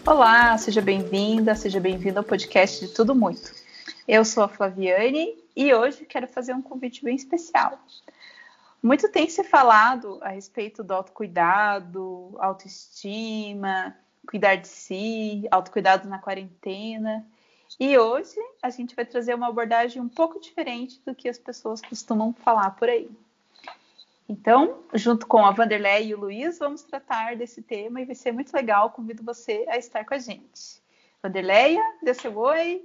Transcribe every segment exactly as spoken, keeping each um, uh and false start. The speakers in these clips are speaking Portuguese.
Olá, seja bem-vinda, seja bem-vindo ao podcast de Tudo Muito. Eu sou a Flaviane e hoje quero fazer um convite bem especial. Muito tem se falado a respeito do autocuidado, autoestima, cuidar de si, autocuidado na quarentena. E hoje a gente vai trazer uma abordagem um pouco diferente do que as pessoas costumam falar por aí. Então, junto com a Vanderlei e o Luiz, vamos tratar desse tema e vai ser muito legal. Convido você a estar com a gente. Vanderleia, dê seu oi.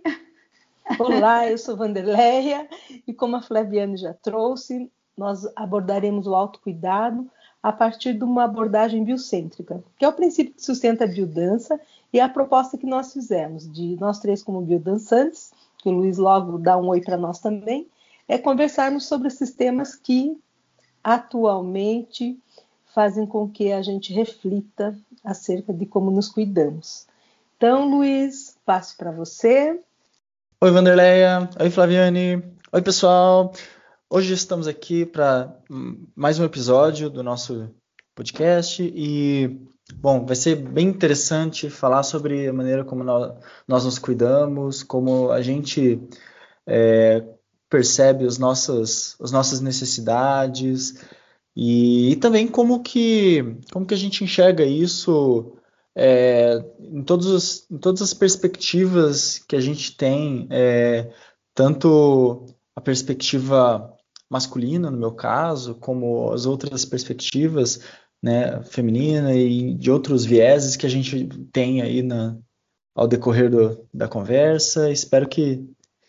Olá, eu sou Vanderleia e como a Flaviane já trouxe, nós abordaremos o autocuidado a partir de uma abordagem biocêntrica, que é o princípio que sustenta a biodança e a proposta que nós fizemos, de nós três como biodançantes, que o Luiz logo dá um oi para nós também, é conversarmos sobre esses temas que atualmente fazem com que a gente reflita acerca de como nos cuidamos. Então, Luiz, passo para você. Oi, Vanderleia. Oi, Flaviane. Oi, pessoal. Hoje estamos aqui para mais um episódio do nosso podcast e, bom, vai ser bem interessante falar sobre a maneira como nós, nós nos cuidamos, como a gente é, percebe os nossos, as nossas necessidades e, e também como que, como que a gente enxerga isso é, em, todos os, em todas as perspectivas que a gente tem, é, tanto a perspectiva masculina, no meu caso, como as outras perspectivas, né, feminina e de outros vieses que a gente tem aí na, ao decorrer do, da conversa. Espero que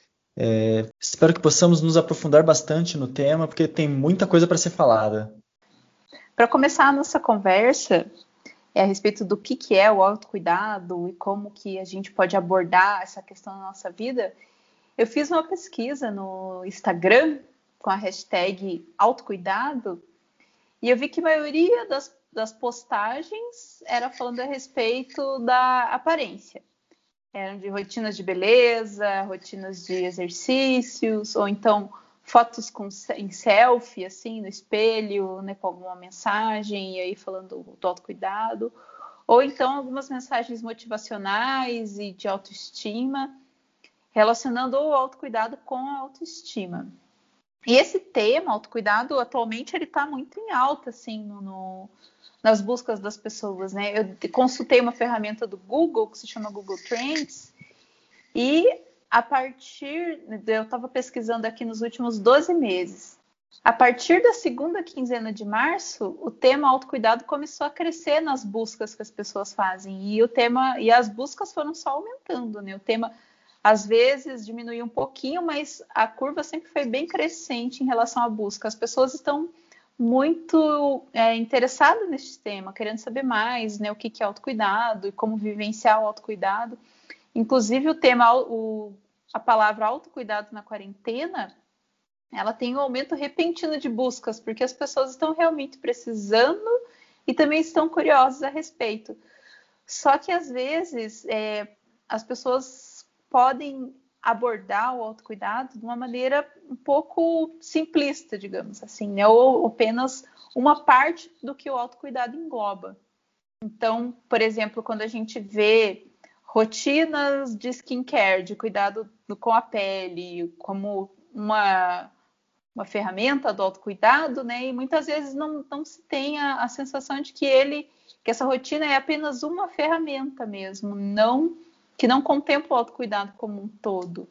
É, espero que possamos nos aprofundar bastante no tema, porque tem muita coisa para ser falada. Para começar a nossa conversa é a respeito do que, que é o autocuidado e como que a gente pode abordar essa questão na nossa vida, eu fiz uma pesquisa no Instagram com a hashtag autocuidado e eu vi que a maioria das, das postagens era falando a respeito da aparência. Eram de rotinas de beleza, rotinas de exercícios, ou então fotos com, em selfie, assim, no espelho, né, com alguma mensagem, e aí falando do autocuidado. Ou então algumas mensagens motivacionais e de autoestima, relacionando o autocuidado com a autoestima. E esse tema, autocuidado, atualmente ele está muito em alta, assim, no... no nas buscas das pessoas, né? Eu consultei uma ferramenta do Google, que se chama Google Trends, e a partir, eu estava pesquisando aqui nos últimos doze meses, a partir da segunda quinzena de março, o tema autocuidado começou a crescer nas buscas que as pessoas fazem, e o tema, e as buscas foram só aumentando, né? O tema, às vezes, diminuiu um pouquinho, mas a curva sempre foi bem crescente em relação à busca. As pessoas estão muito é, interessado nesse tema, querendo saber mais, né, o que, que é autocuidado e como vivenciar o autocuidado. Inclusive, o tema, o, a palavra autocuidado na quarentena, ela tem um aumento repentino de buscas, porque as pessoas estão realmente precisando e também estão curiosas a respeito. Só que, às vezes, é, as pessoas podem abordar o autocuidado de uma maneira um pouco simplista, digamos assim, né? Ou apenas uma parte do que o autocuidado engloba. Então, por exemplo, quando a gente vê rotinas de skincare, de cuidado com a pele, como uma, uma ferramenta do autocuidado, né? E muitas vezes não, não se tem a, a sensação de que ele, que essa rotina é apenas uma ferramenta mesmo, não que não contempla o autocuidado como um todo.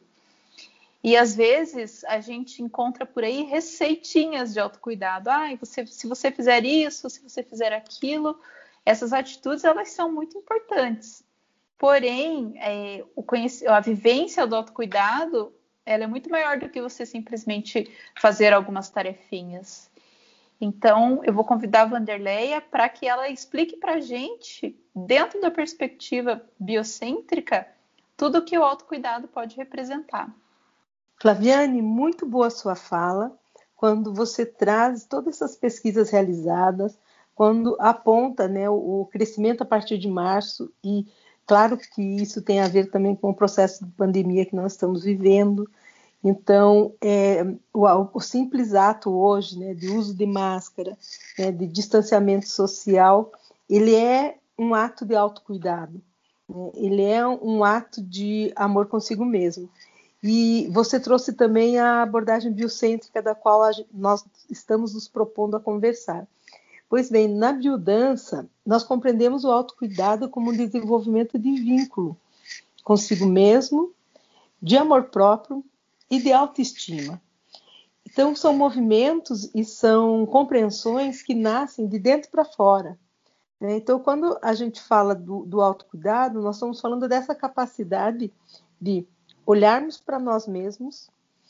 E às vezes a gente encontra por aí receitinhas de autocuidado. Ah, você, se você fizer isso, se você fizer aquilo, essas atitudes elas são muito importantes. Porém, é, o conhec- a vivência do autocuidado ela é muito maior do que você simplesmente fazer algumas tarefinhas. Então, eu vou convidar a Vanderleia para que ela explique para a gente, dentro da perspectiva biocêntrica, tudo que o autocuidado pode representar. Flaviane, muito boa a sua fala, quando você traz todas essas pesquisas realizadas, quando aponta, né, o crescimento a partir de março, e claro que isso tem a ver também com o processo de pandemia que nós estamos vivendo. Então, é, o, o simples ato hoje, né, de uso de máscara, né, de distanciamento social, ele é um ato de autocuidado. né? Ele é um ato de amor consigo mesmo. E você trouxe também a abordagem biocêntrica da qual a, nós estamos nos propondo a conversar. Pois bem, na biodança, nós compreendemos o autocuidado como um desenvolvimento de vínculo consigo mesmo, de amor próprio e de autoestima. Então, são movimentos e são compreensões que nascem de dentro para fora. Né? Então, quando a gente fala do, do autocuidado, nós estamos falando dessa capacidade de olharmos para nós mesmos,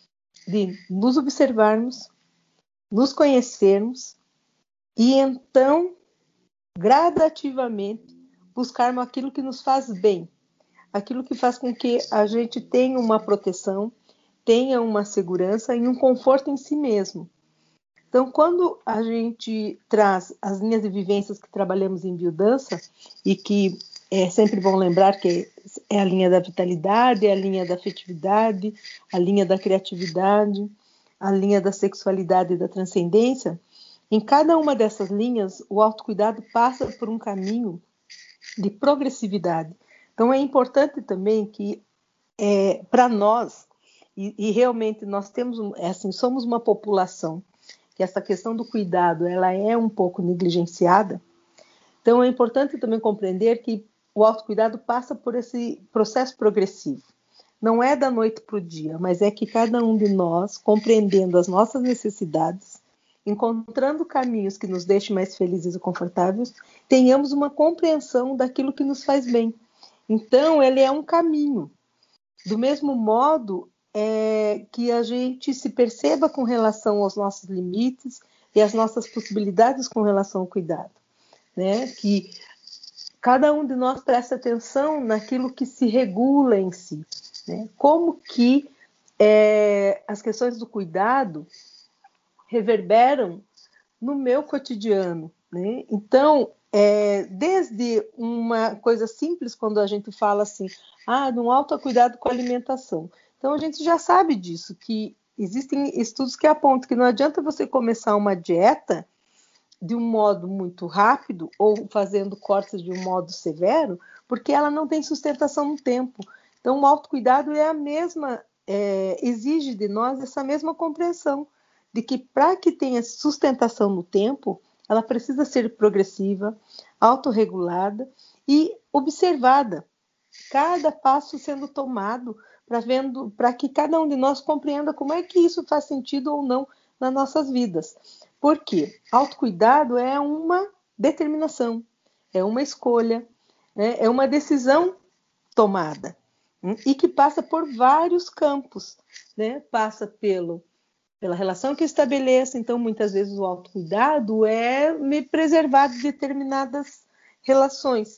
de nos observarmos, nos conhecermos e então, gradativamente, buscarmos aquilo que nos faz bem, aquilo que faz com que a gente tenha uma proteção, tenha uma segurança e um conforto em si mesmo. Então, quando a gente traz as linhas de vivências que trabalhamos em biodança, e que é sempre bom lembrar que é a linha da vitalidade, é a linha da afetividade, a linha da criatividade, a linha da sexualidade e da transcendência, em cada uma dessas linhas, o autocuidado passa por um caminho de progressividade. Então, é importante também que, é, para nós, e, e realmente nós temos, é assim, somos uma população que essa questão do cuidado ela é um pouco negligenciada. Então, é importante também compreender que o autocuidado passa por esse processo progressivo. Não é da noite para o dia, mas é que cada um de nós, compreendendo as nossas necessidades, encontrando caminhos que nos deixem mais felizes e confortáveis, tenhamos uma compreensão daquilo que nos faz bem. Então, ele é um caminho. Do mesmo modo é, que a gente se perceba com relação aos nossos limites e às nossas possibilidades com relação ao cuidado. Né? Que cada um de nós preste atenção naquilo que se regula em si. Né? Como que é, as questões do cuidado reverberam no meu cotidiano. Né? Então, é, desde uma coisa simples, quando a gente fala assim, ah, de um autocuidado com a alimentação. Então, a gente já sabe disso, que existem estudos que apontam que não adianta você começar uma dieta de um modo muito rápido ou fazendo cortes de um modo severo, porque ela não tem sustentação no tempo. Então, o autocuidado é a mesma, é, exige de nós essa mesma compreensão de que para que tenha sustentação no tempo, ela precisa ser progressiva, autorregulada e observada. Cada passo sendo tomado para que cada um de nós compreenda como é que isso faz sentido ou não nas nossas vidas. Por quê? Autocuidado é uma determinação, é uma escolha, né? É uma decisão tomada, hein? E que passa por vários campos, né? Passa pelo pela relação que eu estabeleço. Então, muitas vezes o autocuidado é me preservar de determinadas relações,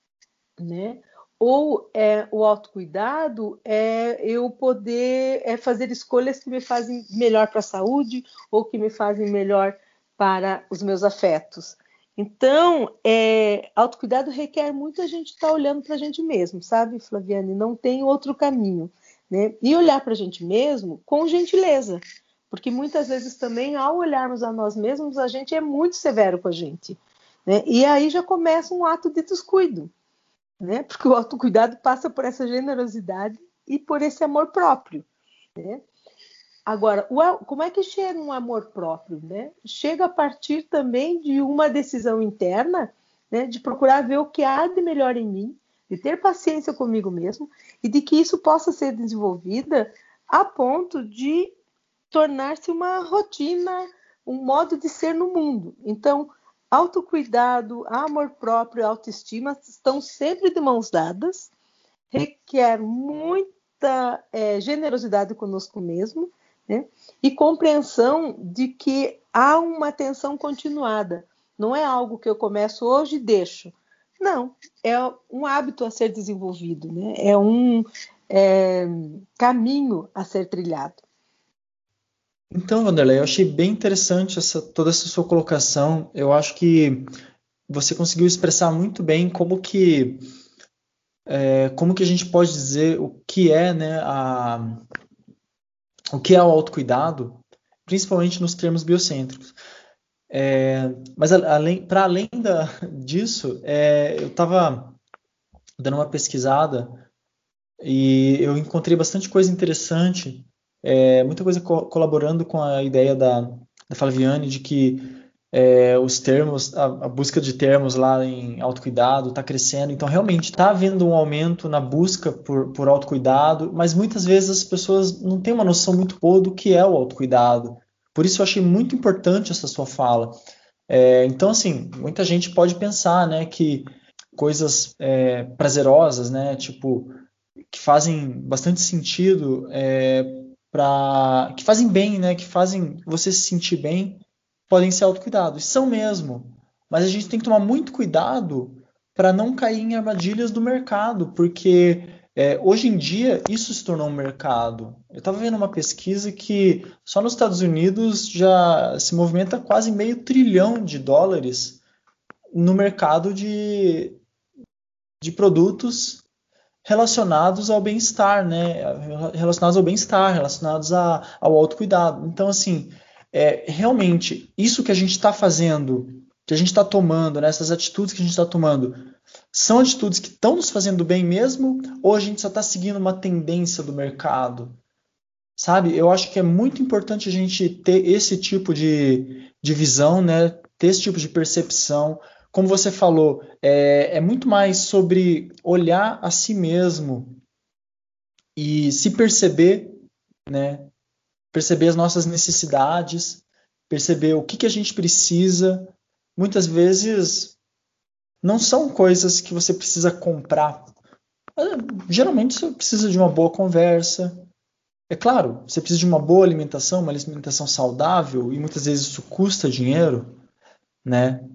né? Ou é, o autocuidado é eu poder é fazer escolhas que me fazem melhor para a saúde ou que me fazem melhor para os meus afetos. Então, é, autocuidado requer muito a gente estar tá olhando para a gente mesmo, sabe, Flaviane? Não tem outro caminho, né? E olhar para a gente mesmo com gentileza. Porque muitas vezes também, ao olharmos a nós mesmos, a gente é muito severo com a gente. Né? E aí já começa um ato de descuido. Né? Porque o autocuidado passa por essa generosidade e por esse amor próprio. Né? Agora, o, como é que chega um amor próprio? Né? Chega a partir também de uma decisão interna, né? De procurar ver o que há de melhor em mim, de ter paciência comigo mesmo e de que isso possa ser desenvolvida a ponto de tornar-se uma rotina, um modo de ser no mundo. Então, autocuidado, amor próprio e autoestima estão sempre de mãos dadas, requer muita é, generosidade conosco mesmo, né? E compreensão de que há uma atenção continuada. Não é algo que eu começo hoje e deixo. Não, é um hábito a ser desenvolvido, né? É um é, caminho a ser trilhado. Então, Vanderlei, eu achei bem interessante essa, toda essa sua colocação. Eu acho que você conseguiu expressar muito bem como que, é, como que a gente pode dizer o que é, né, a, o que é o autocuidado, principalmente nos termos biocêntricos. É, mas além, para além da, disso, é, eu estava dando uma pesquisada e eu encontrei bastante coisa interessante, é, muita coisa co- colaborando com a ideia da, da Flaviane de que é, os termos, a, a busca de termos lá em autocuidado está crescendo, então realmente está havendo um aumento na busca por, por autocuidado, mas muitas vezes as pessoas não têm uma noção muito boa do que é o autocuidado. Por isso eu achei muito importante essa sua fala. É, então, assim, muita gente pode pensar, né, que coisas é, prazerosas, né, tipo, que fazem bastante sentido, é, para que fazem bem, né, que fazem você se sentir bem, podem ser autocuidados. São mesmo, mas a gente tem que tomar muito cuidado para não cair em armadilhas do mercado, porque é, hoje em dia isso se tornou um mercado. Eu estava vendo uma pesquisa que só nos Estados Unidos já se movimenta quase meio trilhão de dólares no mercado de, de produtos relacionados ao bem-estar, né? Relacionados ao bem-estar, relacionados a, ao autocuidado. Então, assim, é, realmente, isso que a gente está fazendo, que a gente está tomando, né? Essas atitudes que a gente está tomando, são atitudes que estão nos fazendo bem mesmo, ou a gente só está seguindo uma tendência do mercado? Sabe? Eu acho que é muito importante a gente ter esse tipo de, de visão, né? Ter esse tipo de percepção. Como você falou, é, é muito mais sobre olhar a si mesmo e se perceber, né? Perceber as nossas necessidades, perceber o que, que a gente precisa. Muitas vezes não são coisas que você precisa comprar. Geralmente você precisa de uma boa conversa. É claro, você precisa de uma boa alimentação, uma alimentação saudável, e muitas vezes isso custa dinheiro, né?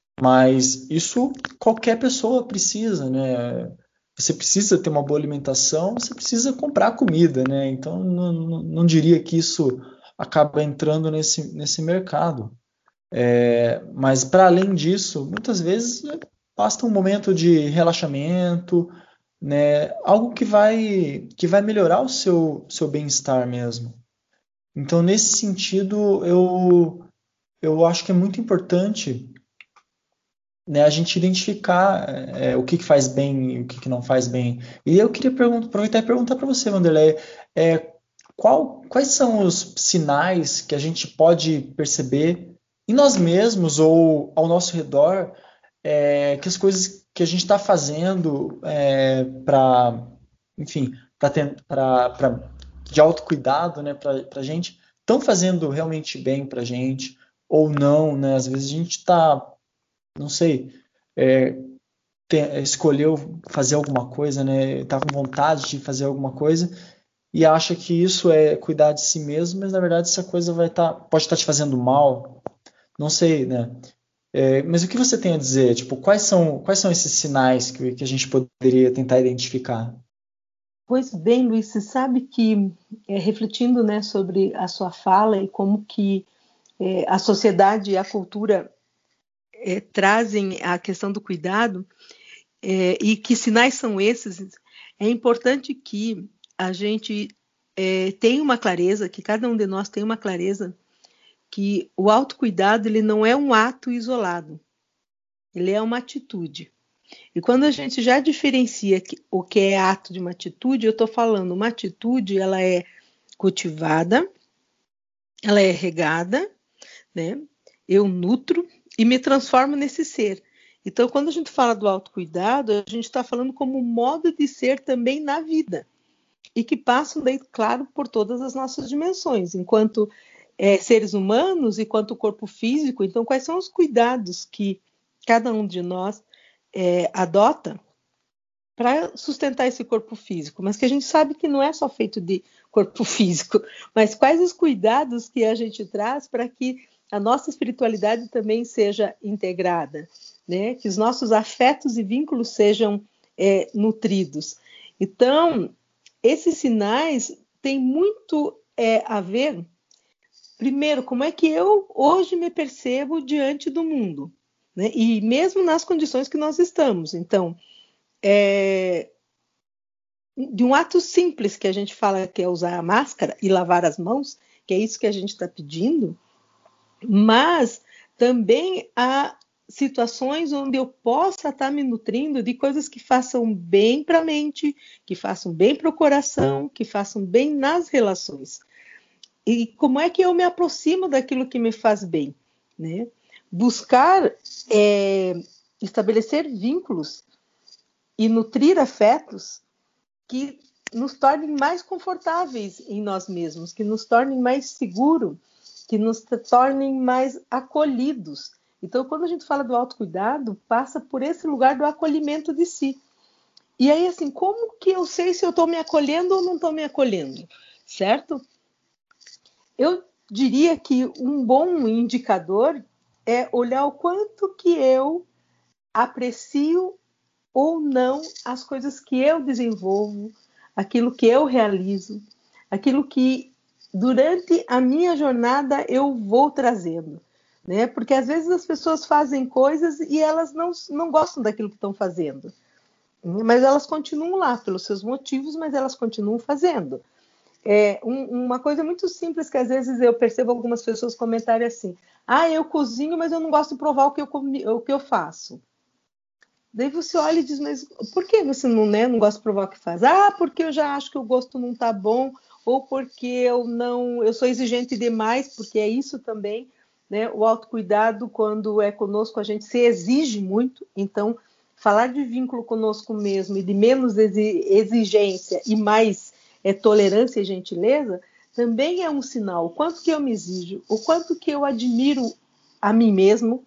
Mas isso qualquer pessoa precisa, né? Você precisa ter uma boa alimentação, você precisa comprar comida, né? Então não, não, não diria que isso acaba entrando nesse, nesse mercado. É, mas para além disso, muitas vezes né, basta um momento de relaxamento, né? Algo que vai que vai melhorar o seu, seu bem-estar mesmo. Então, nesse sentido, eu, eu acho que é muito importante, né, a gente identificar é, o que, que faz bem e o que, que não faz bem. E eu queria perguntar, aproveitar e perguntar para você, Wanderlei, é, qual, quais são os sinais que a gente pode perceber em nós mesmos ou ao nosso redor, é, que as coisas que a gente está fazendo é, para, enfim, para de autocuidado, né, para a gente, estão fazendo realmente bem para a gente ou não, né? Às vezes a gente está, não sei, é, te- escolheu fazer alguma coisa, né? Tá com vontade de fazer alguma coisa e acha que isso é cuidar de si mesmo, mas na verdade essa coisa vai estar, pode estar te fazendo mal, não sei, né? É, mas o que você tem a dizer? Tipo, quais são, quais são esses sinais que, que a gente poderia tentar identificar? Pois bem, Luiz, você sabe que, é, refletindo, né, sobre a sua fala e como que é, a sociedade e a cultura é, trazem a questão do cuidado, é, e que sinais são esses, é importante que a gente é, tenha uma clareza, que cada um de nós tenha uma clareza que o autocuidado ele não é um ato isolado, ele é uma atitude. E quando a gente já diferencia que, o que é ato de uma atitude, eu estou falando, uma atitude ela é cultivada, ela é regada, né? Eu nutro e me transformo nesse ser. Então, quando a gente fala do autocuidado, a gente está falando como modo de ser também na vida. E que passam, daí, claro, por todas as nossas dimensões, enquanto é, seres humanos e quanto corpo físico. Então, quais são os cuidados que cada um de nós é, adota para sustentar esse corpo físico, mas que a gente sabe que não é só feito de corpo físico, mas quais os cuidados que a gente traz para que a nossa espiritualidade também seja integrada, né? Que os nossos afetos e vínculos sejam é, nutridos. Então, esses sinais têm muito é, a ver, primeiro, como é que eu hoje me percebo diante do mundo, né? E mesmo nas condições que nós estamos. Então, é, de um ato simples que a gente fala que é usar a máscara e lavar as mãos, que é isso que a gente está pedindo, mas também a situações onde eu possa estar me nutrindo de coisas que façam bem para a mente, que façam bem para o coração, que façam bem nas relações. E como é que eu me aproximo daquilo que me faz bem, né? Buscar é, estabelecer vínculos e nutrir afetos que nos tornem mais confortáveis em nós mesmos, que nos tornem mais seguros, que nos tornem mais acolhidos. Então, quando a gente fala do autocuidado, passa por esse lugar do acolhimento de si. E aí, assim, como que eu sei se eu estou me acolhendo ou não estou me acolhendo, certo? Eu diria que um bom indicador é olhar o quanto que eu aprecio ou não as coisas que eu desenvolvo, aquilo que eu realizo, aquilo que durante a minha jornada eu vou trazendo, né? Porque às vezes as pessoas fazem coisas e elas não, não gostam daquilo que estão fazendo, mas elas continuam lá pelos seus motivos, mas elas continuam fazendo. É, um, uma coisa muito simples que às vezes eu percebo algumas pessoas comentarem assim: ah, eu cozinho, mas eu não gosto de provar o que eu, comi, o que eu faço. Daí você olha e diz, mas por que você não, né, não gosta de provar o que faz? Ah, porque eu já acho que o gosto não está bom, ou porque eu não, eu sou exigente demais, porque é isso também, né? O autocuidado, quando é conosco, a gente se exige muito. Então, falar de vínculo conosco mesmo e de menos exigência e mais é, tolerância e gentileza, também é um sinal. O quanto que eu me exijo, o quanto que eu admiro a mim mesmo,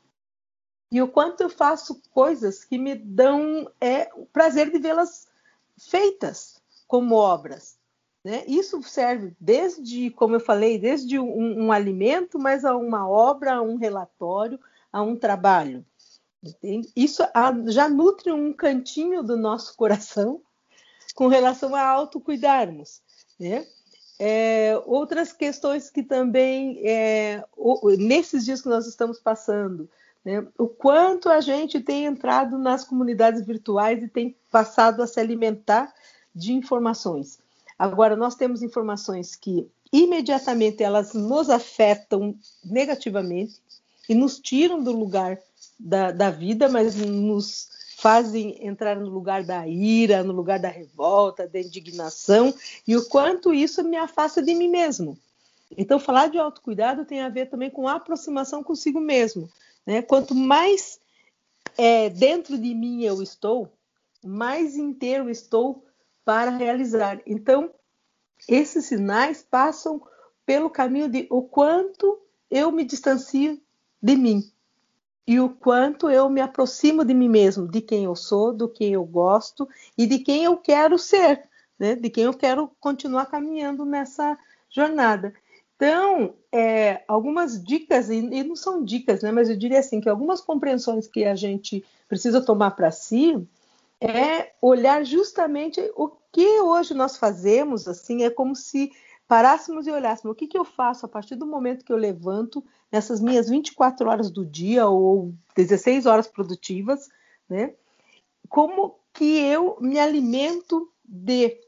e o quanto eu faço coisas que me dão é, o prazer de vê-las feitas como obras, né? Isso serve desde, como eu falei, desde um, um alimento, mas a uma obra, a um relatório, a um trabalho. Entende? Isso já nutre um cantinho do nosso coração com relação a autocuidarmos, né? É, outras questões que também, é, o, nesses dias que nós estamos passando, né, o quanto a gente tem entrado nas comunidades virtuais e tem passado a se alimentar de informações. Agora, nós temos informações que imediatamente elas nos afetam negativamente e nos tiram do lugar da, da vida, mas nos fazem entrar no lugar da ira, no lugar da revolta, da indignação, e o quanto isso me afasta de mim mesmo. Então, falar de autocuidado tem a ver também com a aproximação consigo mesmo, né? Quanto mais é, dentro de mim eu estou, mais inteiro estou para realizar. Então, esses sinais passam pelo caminho de o quanto eu me distancio de mim e o quanto eu me aproximo de mim mesmo, de quem eu sou, do que eu gosto e de quem eu quero ser, né? De quem eu quero continuar caminhando nessa jornada. Então, é, algumas dicas, e não são dicas, né? Mas eu diria assim, que algumas compreensões que a gente precisa tomar para si é olhar justamente o que hoje nós fazemos, assim, é como se parássemos e olhássemos o que, que eu faço a partir do momento que eu levanto nessas minhas vinte e quatro horas do dia ou dezesseis horas produtivas, né? Como que eu me alimento de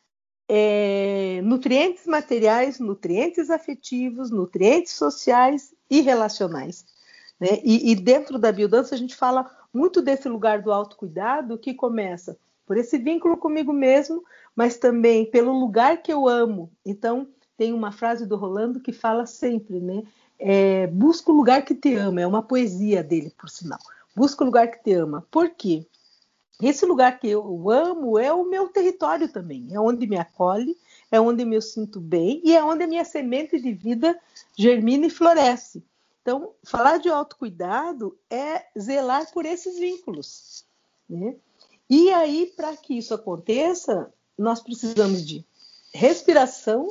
é, nutrientes materiais, nutrientes afetivos, nutrientes sociais e relacionais, né? E, e dentro da biodança a gente fala muito desse lugar do autocuidado que começa por esse vínculo comigo mesmo, mas também pelo lugar que eu amo. Então, tem uma frase do Rolando que fala sempre, né? É, busca o lugar que te ama. É uma poesia dele, por sinal. Busca o lugar que te ama. Por quê? Esse lugar que eu amo é o meu território também. É onde me acolhe, é onde me sinto bem e é onde a minha semente de vida germina e floresce. Então, falar de autocuidado é zelar por esses vínculos, né? E aí, para que isso aconteça, nós precisamos de respiração,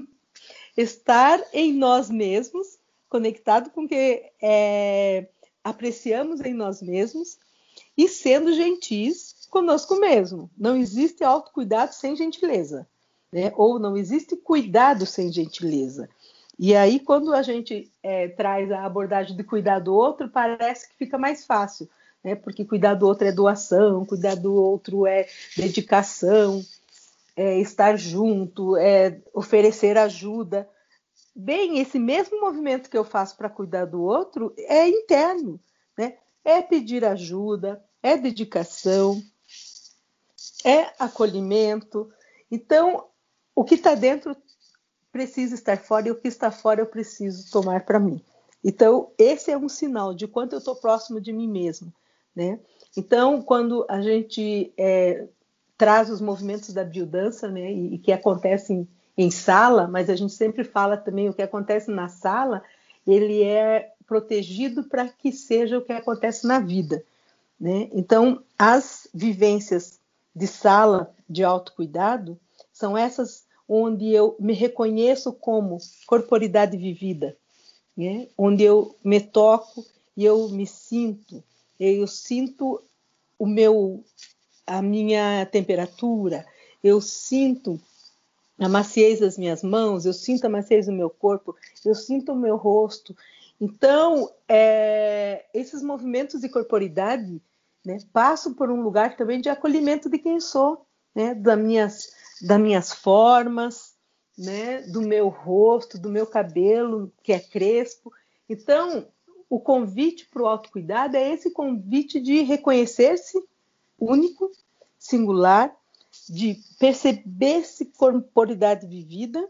estar em nós mesmos, conectado com o que é, apreciamos em nós mesmos e sendo gentis conosco mesmo. Não existe autocuidado sem gentileza, né? Ou não existe cuidado sem gentileza. E aí, quando a gente é, traz a abordagem de cuidar do outro, parece que fica mais fácil, né? Porque cuidar do outro é doação, cuidar do outro é dedicação, é estar junto, é oferecer ajuda. Bem, esse mesmo movimento que eu faço para cuidar do outro é interno, né? é pedir ajuda, é dedicação, é acolhimento. Então, o que está dentro precisa estar fora e o que está fora eu preciso tomar para mim. Então, esse é um sinal de quanto eu estou próximo de mim mesmo, né? Então, quando a gente é, traz os movimentos da biodança, né, e, e que acontecem em sala, mas a gente sempre fala também o que acontece na sala, ele é protegido para que seja o que acontece na vida, né? Então, as vivências de sala de autocuidado são essas onde eu me reconheço como corporidade vivida, né? Onde eu me toco e eu me sinto, eu sinto o meu, a minha temperatura, eu sinto a maciez das minhas mãos, eu sinto a maciez do meu corpo, eu sinto o meu rosto. Então, é, esses movimentos de corporidade, né, passam por um lugar também de acolhimento de quem sou, né, das minhas, das minhas formas, né, do meu rosto, do meu cabelo, que é crespo. Então, o convite para o autocuidado é esse convite de reconhecer-se único, singular, de perceber-se corporidade vivida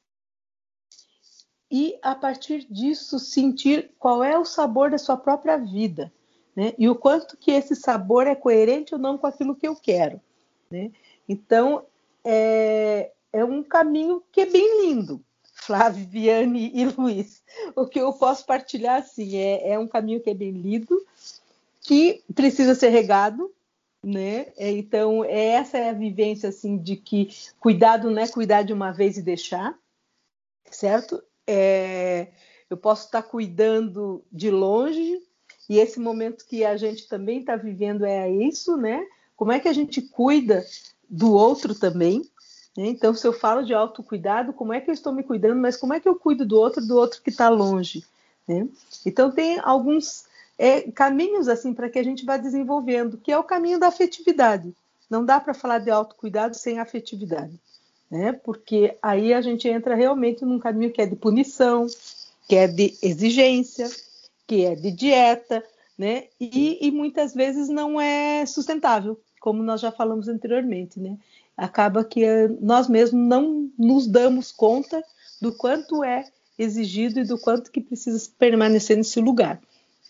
e, a partir disso, sentir qual é o sabor da sua própria vida, né? E o quanto que esse sabor é coerente ou não com aquilo que eu quero, né? Então, é, é um caminho que é bem lindo, Flávio, Viane e Luiz. O que eu posso partilhar, assim, é, é um caminho que é bem lindo, que precisa ser regado, né? Então, essa é a vivência, assim, de que cuidado não é cuidar de uma vez e deixar, certo? É, eu posso estar cuidando de longe, e esse momento que a gente também está vivendo é isso, né? Como é que a gente cuida do outro também, né? Então, se eu falo de autocuidado, como é que eu estou me cuidando, mas como é que eu cuido do outro, do outro que está longe, né? Então, tem alguns é, caminhos assim para que a gente vá desenvolvendo, que é o caminho da afetividade. Não dá para falar de autocuidado sem afetividade, né? Porque aí a gente entra realmente num caminho que é de punição, que é de exigência, que é de dieta, né? E, e muitas vezes não é sustentável, como nós já falamos anteriormente, né? Acaba que nós mesmos não nos damos conta do quanto é exigido e do quanto que precisa permanecer nesse lugar.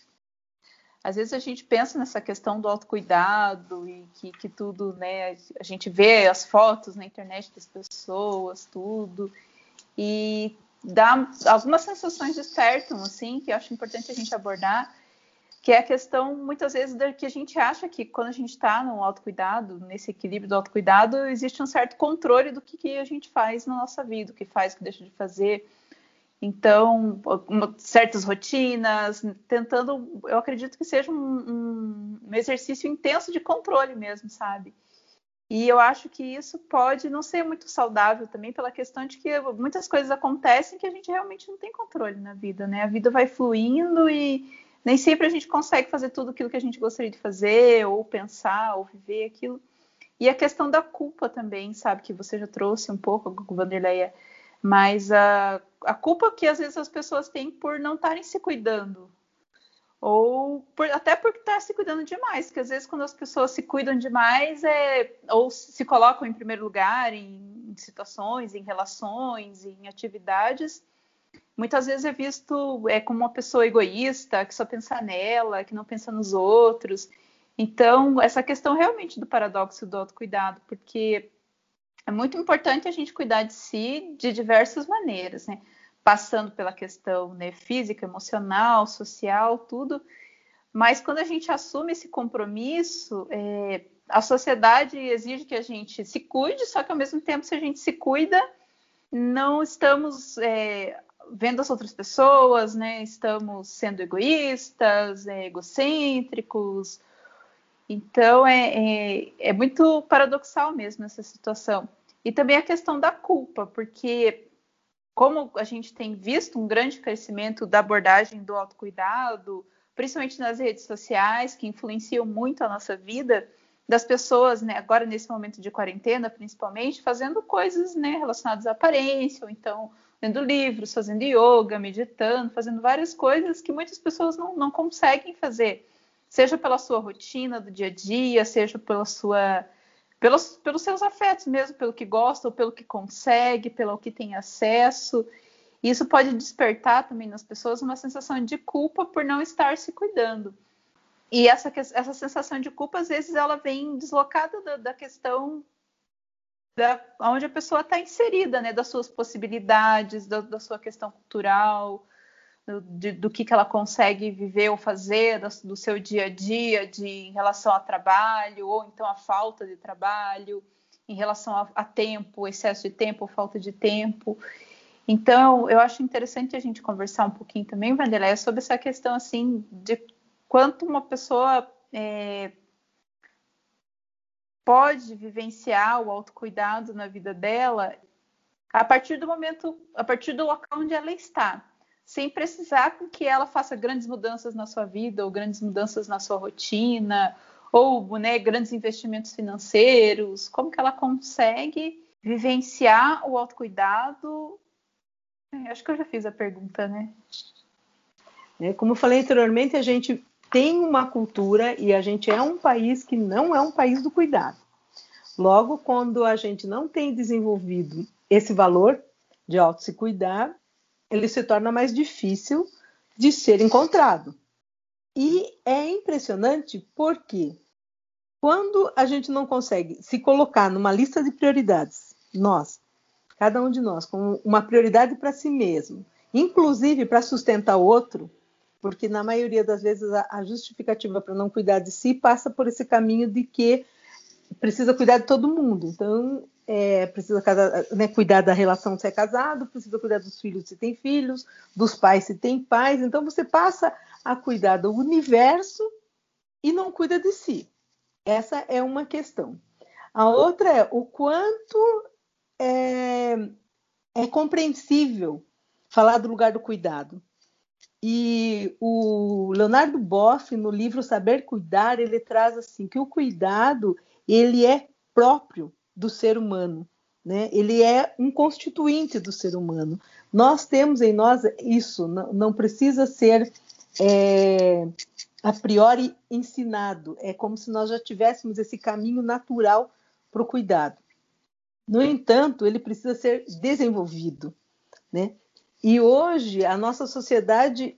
Às vezes a gente pensa nessa questão do autocuidado e que, que tudo, né? A gente vê as fotos na internet das pessoas, tudo, e dá algumas sensações despertam, assim, que eu acho importante a gente abordar, que é a questão, muitas vezes, da que a gente acha que quando a gente está no autocuidado, nesse equilíbrio do autocuidado, existe um certo controle do que, que a gente faz na nossa vida, o que faz, o que deixa de fazer. Então, uma, certas rotinas, tentando, eu acredito que seja um, um, um exercício intenso de controle mesmo, sabe? E eu acho que isso pode não ser muito saudável também pela questão de que muitas coisas acontecem que a gente realmente não tem controle na vida, né? A vida vai fluindo e nem sempre a gente consegue fazer tudo aquilo que a gente gostaria de fazer, ou pensar, ou viver aquilo. E a questão da culpa também, sabe? Que você já trouxe um pouco, Wanderleia, mas a, a culpa que às vezes as pessoas têm por não estarem se cuidando, ou por, até por estar se cuidando demais, porque às vezes quando as pessoas se cuidam demais, é, ou se colocam em primeiro lugar em, em situações, em relações, em atividades, muitas vezes é visto é, como uma pessoa egoísta, que só pensa nela, que não pensa nos outros. Então, essa questão realmente do paradoxo do autocuidado, porque é muito importante a gente cuidar de si de diversas maneiras, né? Passando pela questão, né, física, emocional, social, tudo. Mas quando a gente assume esse compromisso, é, a sociedade exige que a gente se cuide, só que ao mesmo tempo, se a gente se cuida, não estamos é, vendo as outras pessoas, né? Estamos sendo egoístas, é, egocêntricos. Então, é, é, é muito paradoxal mesmo essa situação. E também a questão da culpa, porque como a gente tem visto um grande crescimento da abordagem do autocuidado, principalmente nas redes sociais, que influenciam muito a nossa vida, das pessoas, né, agora nesse momento de quarentena, principalmente, fazendo coisas, né, relacionadas à aparência, ou então lendo livros, fazendo yoga, meditando, fazendo várias coisas que muitas pessoas não, não conseguem fazer. seja pela sua rotina do dia a dia, seja pela sua, pelos, pelos seus afetos mesmo, pelo que gosta ou pelo que consegue, pelo que tem acesso. Isso pode despertar também nas pessoas uma sensação de culpa por não estar se cuidando. E essa, essa sensação de culpa, às vezes, ela vem deslocada da, da questão da, onde a pessoa está inserida, né? Das suas possibilidades, da, da sua questão cultural, do, de, do que, que ela consegue viver ou fazer, do, do seu dia a dia, de, em relação ao trabalho, ou então a falta de trabalho, em relação a, a tempo, excesso de tempo ou falta de tempo. Então, eu acho interessante a gente conversar um pouquinho também, Vanderleia, sobre essa questão, assim, de quanto uma pessoa é, pode vivenciar o autocuidado na vida dela a partir do momento, a partir do local onde ela está, sem precisar que ela faça grandes mudanças na sua vida, ou grandes mudanças na sua rotina, ou né, grandes investimentos financeiros. Como que ela consegue vivenciar o autocuidado? Acho que eu já fiz a pergunta, né? É, como eu falei anteriormente, a gente tem uma cultura e a gente é um país que não é um país do cuidado. Logo, quando a gente não tem desenvolvido esse valor de auto se cuidar, ele se torna mais difícil de ser encontrado. E é impressionante porque quando a gente não consegue se colocar numa lista de prioridades, nós, cada um de nós, com uma prioridade para si mesmo, inclusive para sustentar o outro, porque na maioria das vezes a justificativa para não cuidar de si passa por esse caminho de que precisa cuidar de todo mundo. Então, é, precisa né, cuidar da relação se é casado, precisa cuidar dos filhos se tem filhos, dos pais se tem pais. Então, você passa a cuidar do universo e não cuida de si. Essa é uma questão. A outra é o quanto é, é compreensível falar do lugar do cuidado. E o Leonardo Boff, no livro Saber Cuidar, ele traz assim que o cuidado ele é próprio do ser humano, né? Ele é um constituinte do ser humano. Nós temos em nós isso, não, não precisa ser é, a priori ensinado. É como se nós já tivéssemos esse caminho natural para o cuidado. No entanto, ele precisa ser desenvolvido, né? E hoje a nossa sociedade,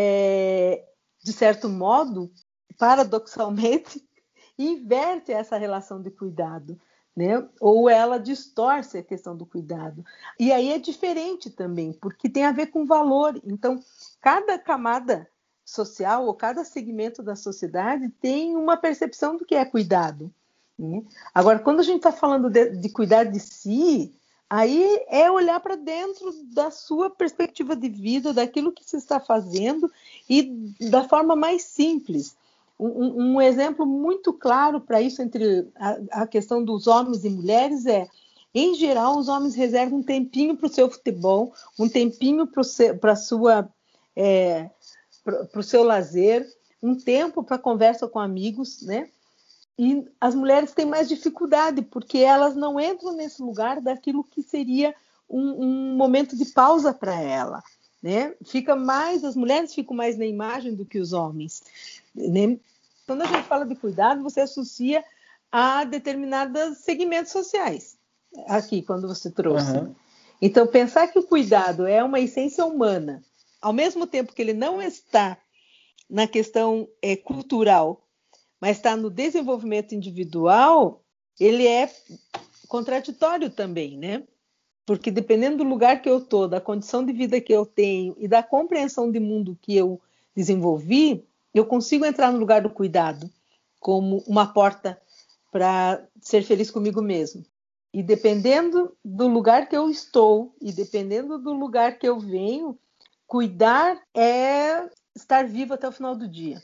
é, de certo modo, paradoxalmente, inverte essa relação de cuidado, né? Ou ela distorce a questão do cuidado. E aí é diferente também, porque tem a ver com valor. Então, cada camada social ou cada segmento da sociedade tem uma percepção do que é cuidado, né? Agora, quando a gente está falando de, de cuidar de si, aí é olhar para dentro da sua perspectiva de vida, daquilo que se está fazendo e da forma mais simples. Um, um exemplo muito claro para isso entre a, a questão dos homens e mulheres é, em geral, os homens reservam um tempinho para o seu futebol, um tempinho para sua é, para o seu lazer, um tempo para conversa com amigos, né? E as mulheres têm mais dificuldade, porque elas não entram nesse lugar daquilo que seria um, um momento de pausa para ela, né? Fica mais, as mulheres ficam mais na imagem do que os homens, né? Quando a gente fala de cuidado, você associa a determinados segmentos sociais, aqui, quando você trouxe. Uhum. Então, pensar que o cuidado é uma essência humana, ao mesmo tempo que ele não está na questão é, cultural, mas está no desenvolvimento individual, ele é contraditório também, né? Porque dependendo do lugar que eu estou, da condição de vida que eu tenho e da compreensão de mundo que eu desenvolvi, eu consigo entrar no lugar do cuidado como uma porta para ser feliz comigo mesmo. E dependendo do lugar que eu estou e dependendo do lugar que eu venho, cuidar é estar vivo até o final do dia.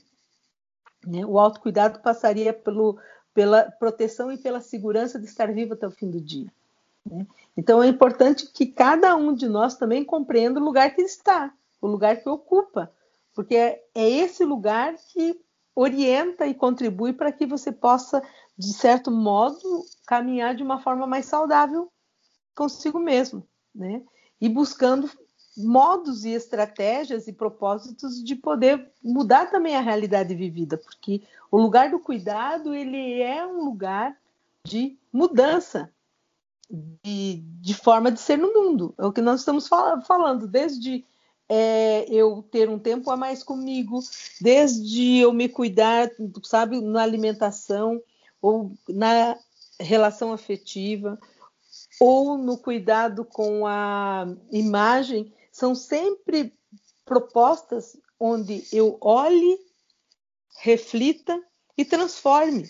O autocuidado passaria pelo, pela proteção e pela segurança de estar vivo até o fim do dia. Então, é importante que cada um de nós também compreenda o lugar que está, o lugar que ocupa, porque é esse lugar que orienta e contribui para que você possa, de certo modo, caminhar de uma forma mais saudável consigo mesmo, né? E buscando modos e estratégias e propósitos de poder mudar também a realidade vivida, porque o lugar do cuidado, ele é um lugar de mudança de, de forma de ser no mundo. É o que nós estamos fal- falando, desde é, eu ter um tempo a mais comigo, desde eu me cuidar, sabe, na alimentação, ou na relação afetiva, ou no cuidado com a imagem, são sempre propostas onde eu olhe, reflita e transforme.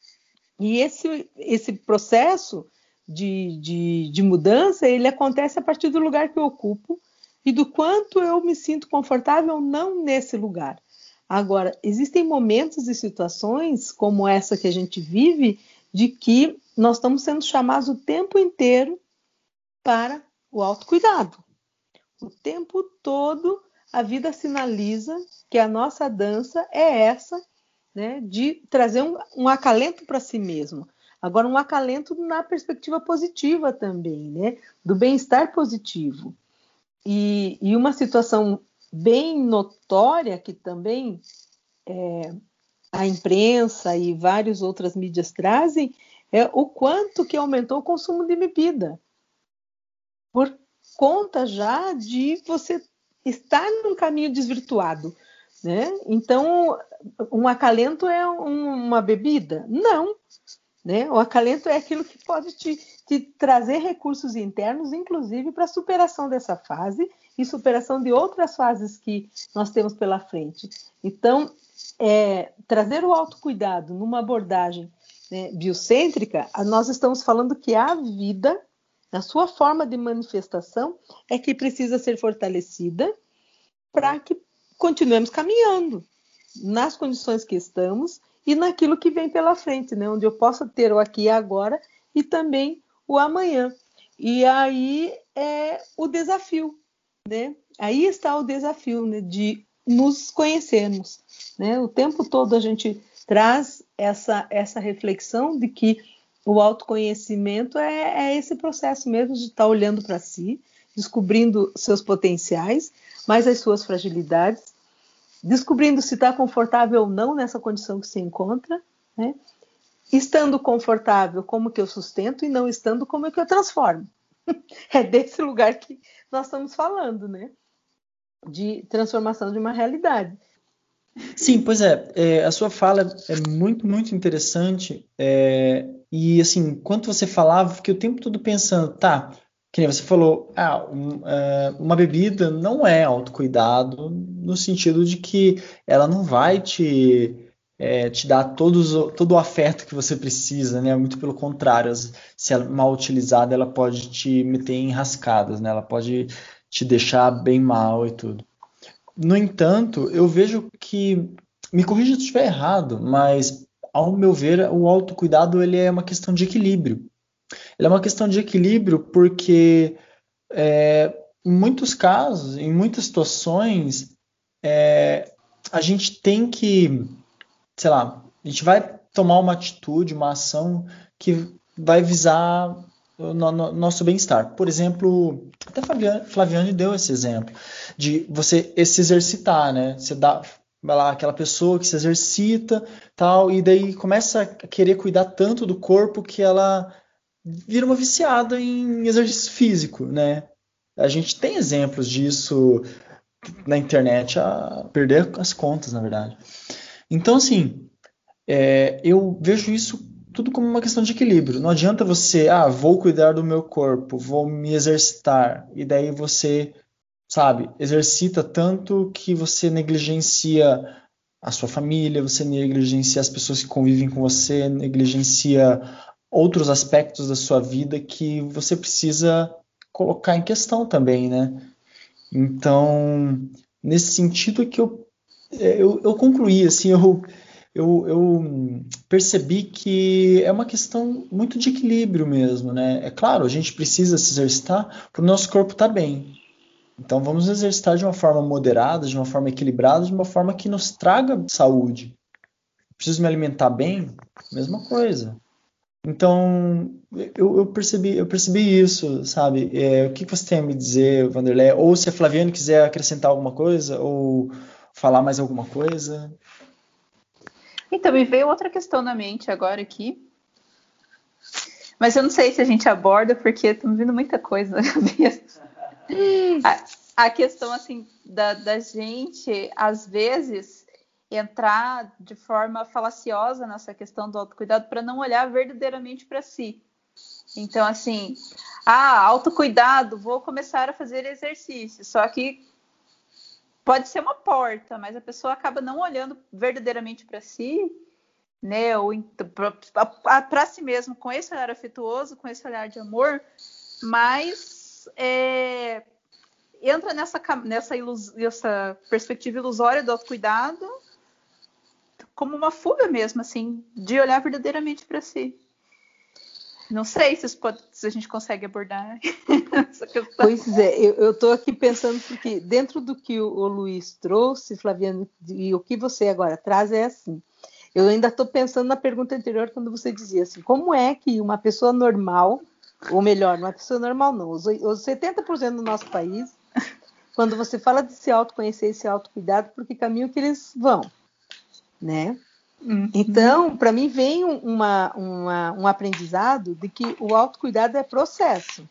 E esse, esse processo de, de, de mudança, ele acontece a partir do lugar que eu ocupo e do quanto eu me sinto confortável ou não nesse lugar. Agora, existem momentos e situações como essa que a gente vive, de que nós estamos sendo chamados o tempo inteiro para o autocuidado. O tempo todo a vida sinaliza que a nossa dança é essa, né, de trazer um, um acalento para si mesmo. Agora, um acalento na perspectiva positiva também, né, do bem-estar positivo. E, e uma situação bem notória que também é, a imprensa e várias outras mídias trazem é o quanto que aumentou o consumo de bebida. Por conta já de você estar num caminho desvirtuado, né? Então, um acalento é um, uma bebida? Não, né? O acalento é aquilo que pode te, te trazer recursos internos, inclusive para a superação dessa fase e superação de outras fases que nós temos pela frente. Então, é, trazer o autocuidado numa abordagem, né, biocêntrica, nós estamos falando que a vida, na sua forma de manifestação, é que precisa ser fortalecida para que continuemos caminhando nas condições que estamos e naquilo que vem pela frente, né? Onde eu possa ter o aqui e agora e também o amanhã. E aí é o desafio, né? Aí está o desafio, né, de nos conhecermos, né? O tempo todo a gente traz essa, essa reflexão de que o autoconhecimento é, é esse processo mesmo de estar olhando para si, descobrindo seus potenciais, mas as suas fragilidades, descobrindo se está confortável ou não nessa condição que se encontra, né? Estando confortável, como que eu sustento, e não estando, como é que eu transformo. É desse lugar que nós estamos falando, né? De transformação de uma realidade. Sim, pois é, é, a sua fala é muito, muito interessante, é, e assim, enquanto você falava, eu fiquei o tempo todo pensando, tá, que nem você falou, ah, um, é, uma bebida não é autocuidado, no sentido de que ela não vai te, é, te dar todos, o- todo o afeto que você precisa, né? Muito pelo contrário, as- se ela é mal utilizada, ela pode te meter em rascadas, né? Ela pode te deixar bem mal e tudo. No entanto, eu vejo que, me corrija se eu estiver errado, mas ao meu ver, o autocuidado ele é uma questão de equilíbrio. Ele é uma questão de equilíbrio porque é, em muitos casos, em muitas situações, é, a gente tem que, sei lá, a gente vai tomar uma atitude, uma ação que vai visar o no- no- nosso bem-estar. Por exemplo, até Flaviane, Flaviane deu esse exemplo de você se exercitar, né? Você dá, vai lá, aquela pessoa que se exercita, tal, e daí começa a querer cuidar tanto do corpo que ela vira uma viciada em exercício físico, né? A gente tem exemplos disso na internet a perder as contas, na verdade. Então, assim, é, eu vejo isso tudo como uma questão de equilíbrio. Não adianta você, ah, vou cuidar do meu corpo, vou me exercitar, e daí você, sabe, exercita tanto que você negligencia a sua família, você negligencia as pessoas que convivem com você, negligencia outros aspectos da sua vida que você precisa colocar em questão também, né? Então, nesse sentido é que eu, é, eu, eu concluí, assim, eu, eu, eu percebi que é uma questão muito de equilíbrio mesmo, né? É claro, a gente precisa se exercitar para o nosso corpo estar bem. Então, vamos exercitar de uma forma moderada, de uma forma equilibrada, de uma forma que nos traga saúde. Preciso me alimentar bem? Mesma coisa. Então, eu, eu percebi, eu percebi isso, sabe? É, o que você tem a me dizer, Vanderlei? Ou se a Flaviane quiser acrescentar alguma coisa, ou falar mais alguma coisa. Então, me veio outra questão na mente agora aqui, mas eu não sei se a gente aborda, porque estão vindo muita coisa na cabeça. A, a questão, assim, da, da gente, às vezes, entrar de forma falaciosa nessa questão do autocuidado para não olhar verdadeiramente para si. Então, assim, ah, autocuidado, vou começar a fazer exercício. Só que pode ser uma porta, mas a pessoa acaba não olhando verdadeiramente para si, né? Ou para si mesmo, com esse olhar afetuoso, com esse olhar de amor, mas é, entra nessa, nessa, ilus, nessa perspectiva ilusória do autocuidado como uma fuga mesmo, assim, de olhar verdadeiramente para si. Não sei se, pode, se a gente consegue abordar essa questão. Pois é, eu estou aqui pensando porque dentro do que o, o Luiz trouxe, Flaviane, e o que você agora traz é assim. Eu ainda estou pensando na pergunta anterior, quando você dizia assim, como é que uma pessoa normal, ou melhor, uma pessoa normal não, os, os setenta por cento do nosso país, quando você fala de se autoconhecer e se autocuidado, por que caminho que eles vão, né? Uhum. Então, para mim, vem uma, uma, um aprendizado de que o autocuidado é processo,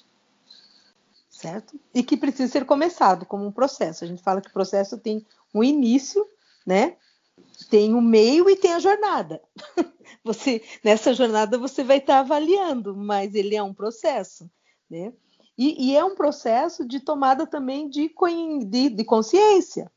certo? E que precisa ser começado como um processo. A gente fala que o processo tem um início, né? Tem o meio e tem a jornada. Você, nessa jornada você vai estar avaliando, mas ele é um processo, né? E, e é um processo de tomada também de, de, de consciência.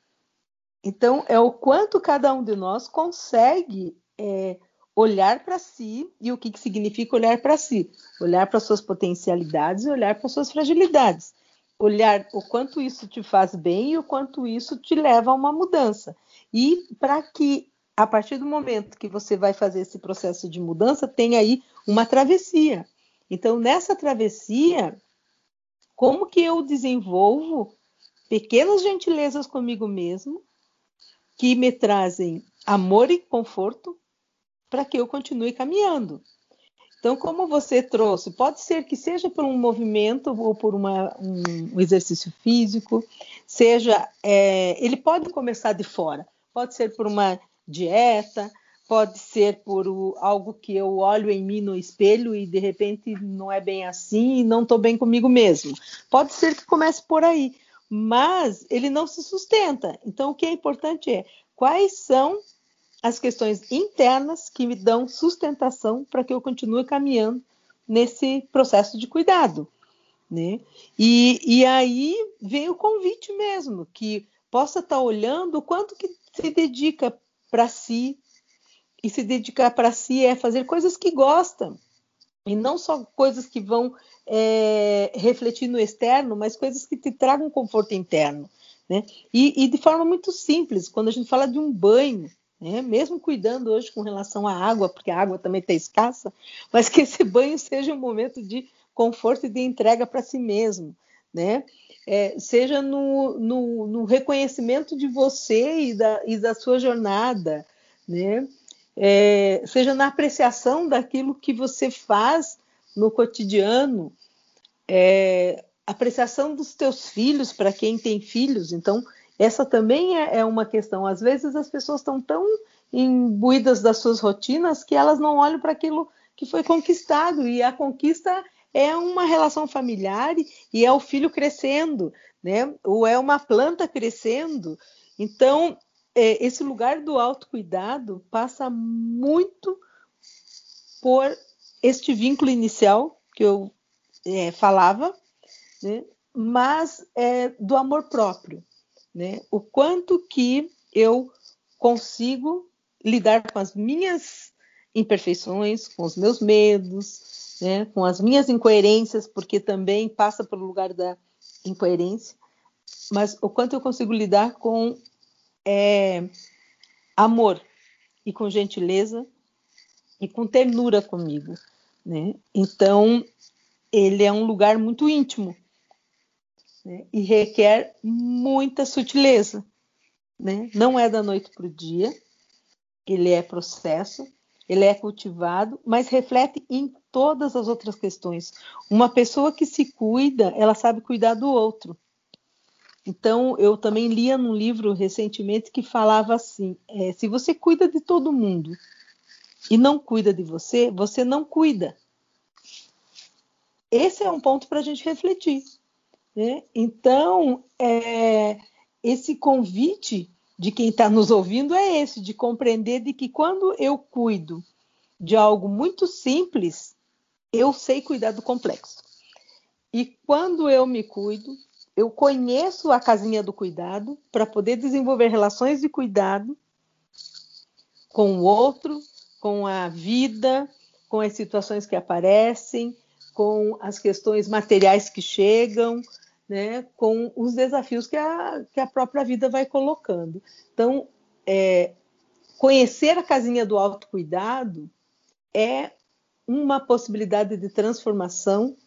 Então, é o quanto cada um de nós consegue é, olhar para si, e o que, que significa olhar para si? Olhar para suas potencialidades e olhar para suas fragilidades. Olhar o quanto isso te faz bem e o quanto isso te leva a uma mudança. E para que, a partir do momento que você vai fazer esse processo de mudança, tem aí uma travessia. Então, nessa travessia, como que eu desenvolvo pequenas gentilezas comigo mesmo, que me trazem amor e conforto para que eu continue caminhando. Então, como você trouxe, pode ser que seja por um movimento ou por uma, um, um exercício físico, seja, é, ele pode começar de fora, pode ser por uma dieta, pode ser por o, algo que eu olho em mim no espelho e de repente não é bem assim e não estou bem comigo mesmo. Pode ser que comece por aí, mas ele não se sustenta. Então, o que é importante é quais são as questões internas que me dão sustentação para que eu continue caminhando nesse processo de cuidado, né? E, e aí vem o convite mesmo, que possa estar olhando o quanto que se dedica para si, e se dedicar para si é fazer coisas que gostam, e não só coisas que vão é, refletir no externo, mas coisas que te tragam conforto interno, né? E, e de forma muito simples, quando a gente fala de um banho, né? Mesmo cuidando hoje com relação à água, porque a água também está escassa, mas que esse banho seja um momento de conforto e de entrega para si mesmo, né? É, seja no, no, no reconhecimento de você e da, e da sua jornada, né? É, seja na apreciação daquilo que você faz no cotidiano, é, apreciação dos teus filhos, para quem tem filhos. Então, essa também é, é uma questão. Às vezes as pessoas estão tão imbuídas das suas rotinas que elas não olham para aquilo que foi conquistado, e a conquista é uma relação familiar e é o filho crescendo, né? Ou é uma planta crescendo. Então, é, esse lugar do autocuidado passa muito por este vínculo inicial que eu é, falava, né? Mas é, do amor próprio, né? O quanto que eu consigo lidar com as minhas imperfeições, com os meus medos, né? Com as minhas incoerências, porque também passa pelo lugar da incoerência, mas o quanto eu consigo lidar com é, amor e com gentileza e com ternura comigo, né? Então, ele é um lugar muito íntimo, né? E requer muita sutileza, né? Não é da noite para o dia, ele é processo, ele é cultivado, mas reflete em todas as outras questões. Uma pessoa que se cuida, ela sabe cuidar do outro. Então, eu também lia num livro recentemente que falava assim, é, se você cuida de todo mundo e não cuida de você, você não cuida. Esse é um ponto para a gente refletir, né? Então, é, esse convite de quem está nos ouvindo é esse, de compreender de que quando eu cuido de algo muito simples, eu sei cuidar do complexo. E quando eu me cuido, eu conheço a casinha do cuidado para poder desenvolver relações de cuidado com o outro, com a vida, com as situações que aparecem, com as questões materiais que chegam, né, com os desafios que a, que a própria vida vai colocando. Então, é, conhecer a casinha do autocuidado é uma possibilidade de transformação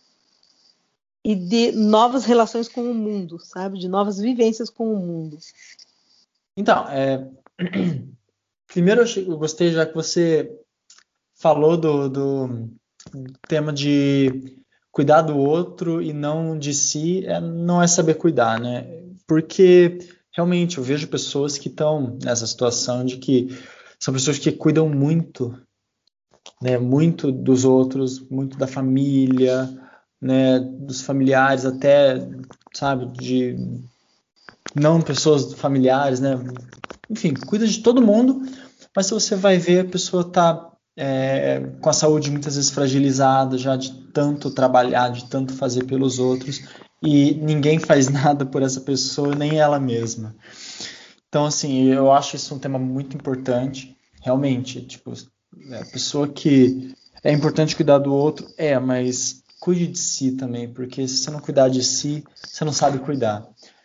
e de novas relações com o mundo, sabe? De novas vivências com o mundo. Então, é... primeiro eu gostei já que você falou do, do tema de cuidar do outro e não de si, é, não é saber cuidar, né? Porque realmente eu vejo pessoas que estão nessa situação de que são pessoas que cuidam muito, né? Muito dos outros, muito da família, né? Dos familiares, até, sabe, de não pessoas familiares, né? Enfim, cuida de todo mundo, mas se você vai ver, a pessoa está é, com a saúde muitas vezes fragilizada, já de tanto trabalhar, de tanto fazer pelos outros, e ninguém faz nada por essa pessoa, nem ela mesma. Então, assim, eu acho isso um tema muito importante, realmente, tipo, a pessoa que é importante cuidar do outro, é, mas cuide de si também, porque se você não cuidar de si, você não sabe cuidar.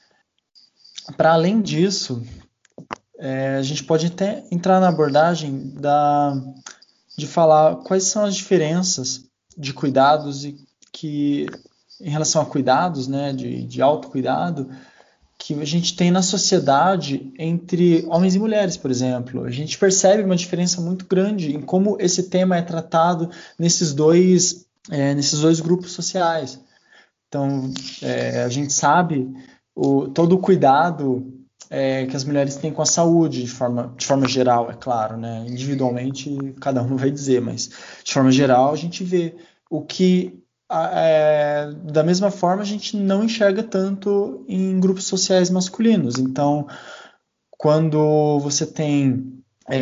Para além disso, é, a gente pode até entrar na abordagem da, de falar quais são as diferenças de cuidados e que, em relação a cuidados, né, de, de autocuidado, que a gente tem na sociedade entre homens e mulheres, por exemplo. A gente percebe uma diferença muito grande em como esse tema é tratado nesses dois, é, nesses dois grupos sociais. Então, é, a gente sabe o, todo o cuidado é, que as mulheres têm com a saúde, de forma, de forma geral, é claro, né? Individualmente, cada um vai dizer, mas de forma geral, a gente vê o que, é, da mesma forma, a gente não enxerga tanto em grupos sociais masculinos. Então, quando você tem,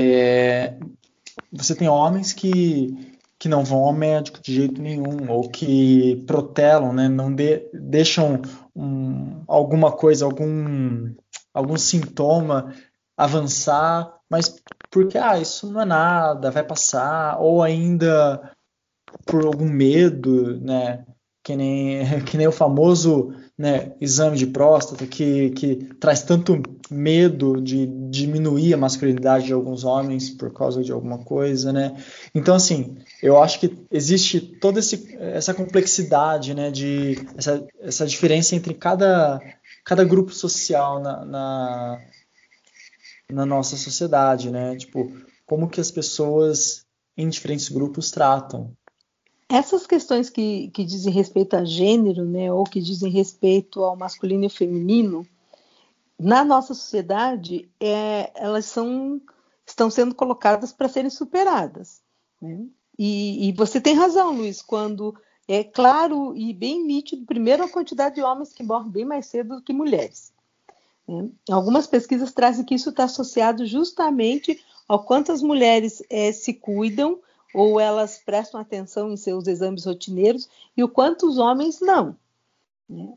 é, você tem homens que que não vão ao médico de jeito nenhum, ou que protelam, né, não de, deixam um, alguma coisa, algum, algum sintoma avançar, mas porque, ah, isso não é nada, vai passar, ou ainda por algum medo, né, que nem, que nem o famoso, né, exame de próstata, que, que traz tanto medo de diminuir a masculinidade de alguns homens por causa de alguma coisa, né? Então, assim, eu acho que existe toda esse, essa complexidade, né, de essa, essa diferença entre cada, cada grupo social na, na, na nossa sociedade, né? Tipo, como que as pessoas em diferentes grupos tratam. Essas questões que, que dizem respeito a gênero, né, ou que dizem respeito ao masculino e feminino, na nossa sociedade, é, elas são, estão sendo colocadas para serem superadas, né? E, e você tem razão, Luiz, quando é claro e bem nítido, primeiro, a quantidade de homens que morrem bem mais cedo do que mulheres, né? Algumas pesquisas trazem que isso está associado justamente ao quanto as mulheres é, se cuidam ou elas prestam atenção em seus exames rotineiros e o quanto os homens não, né?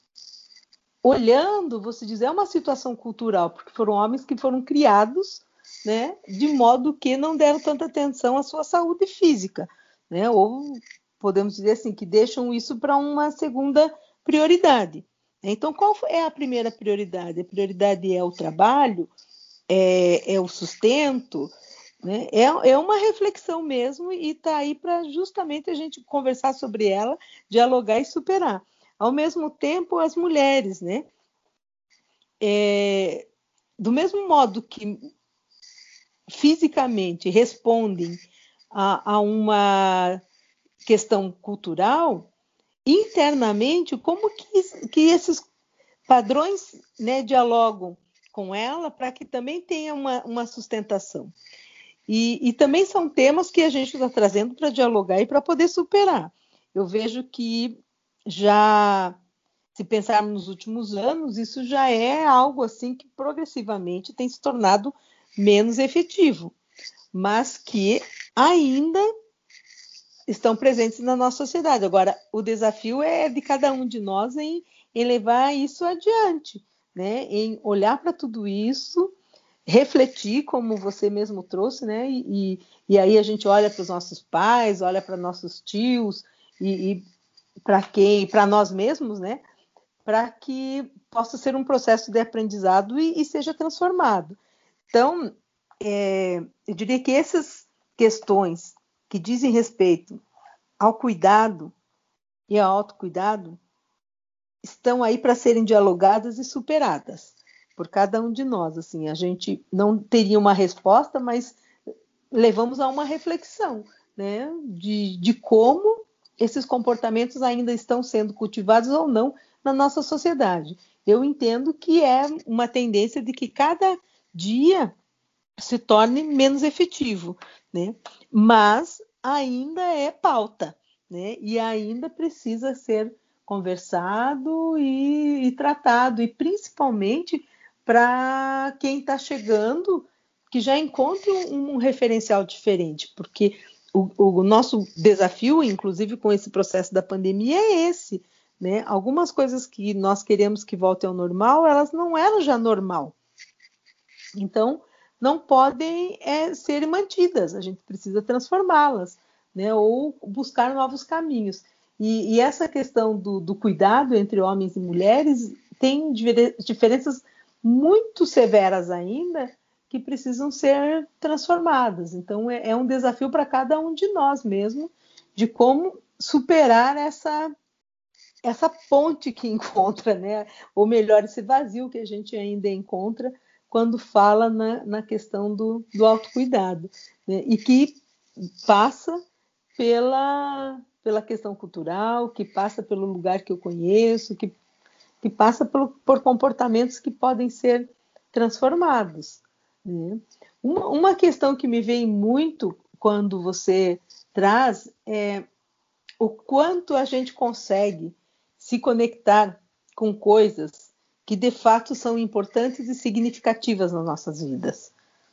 Olhando, você diz, é uma situação cultural, porque foram homens que foram criados, né, de modo que não deram tanta atenção à sua saúde física, né, ou podemos dizer assim, que deixam isso para uma segunda prioridade. Então, qual é a primeira prioridade? A prioridade é o trabalho, é, é o sustento, né? É, é uma reflexão mesmo e está aí para justamente a gente conversar sobre ela, dialogar e superar. Ao mesmo tempo, as mulheres, né? É, do mesmo modo que fisicamente respondem a, a uma questão cultural, internamente, como que, que esses padrões, né, dialogam com ela para que também tenha uma, uma sustentação. E, e também são temas que a gente está trazendo para dialogar e para poder superar. Eu vejo que já, se pensarmos nos últimos anos, isso já é algo assim que progressivamente tem se tornado menos efetivo, mas que ainda estão presentes na nossa sociedade. Agora, o desafio é de cada um de nós em, em levar isso adiante, né? Em olhar para tudo isso, refletir, como você mesmo trouxe, né? E, e aí a gente olha para os nossos pais, olha para nossos tios e, e para quem, para nós mesmos, né? Para que possa ser um processo de aprendizado e, e seja transformado. Então, é, eu diria que essas questões que dizem respeito ao cuidado e ao autocuidado estão aí para serem dialogadas e superadas por cada um de nós. Assim, a gente não teria uma resposta, mas levamos a uma reflexão, né, de, de como esses comportamentos ainda estão sendo cultivados ou não na nossa sociedade. Eu entendo que é uma tendência de que cada dia se torne menos efetivo, né? Mas ainda é pauta, né? E ainda precisa ser conversado e, e tratado, e principalmente para quem está chegando, que já encontre um, um referencial diferente, porque o, o nosso desafio, inclusive com esse processo da pandemia, é esse, né? Algumas coisas que nós queremos que voltem ao normal, elas não eram já normal. Então, não podem é, ser mantidas, a gente precisa transformá-las, né, ou buscar novos caminhos. E, e essa questão do, do cuidado entre homens e mulheres tem diferenças muito severas ainda que precisam ser transformadas. Então, é, é um desafio para cada um de nós mesmo, de como superar essa, essa ponte que encontra, né, ou melhor, esse vazio que a gente ainda encontra quando fala na, na questão do, do autocuidado, né? E que passa pela, pela questão cultural, que passa pelo lugar que eu conheço, que, que passa por, por comportamentos que podem ser transformados, né? Uma, uma questão que me vem muito quando você traz é o quanto a gente consegue se conectar com coisas que de fato são importantes e significativas nas nossas vidas.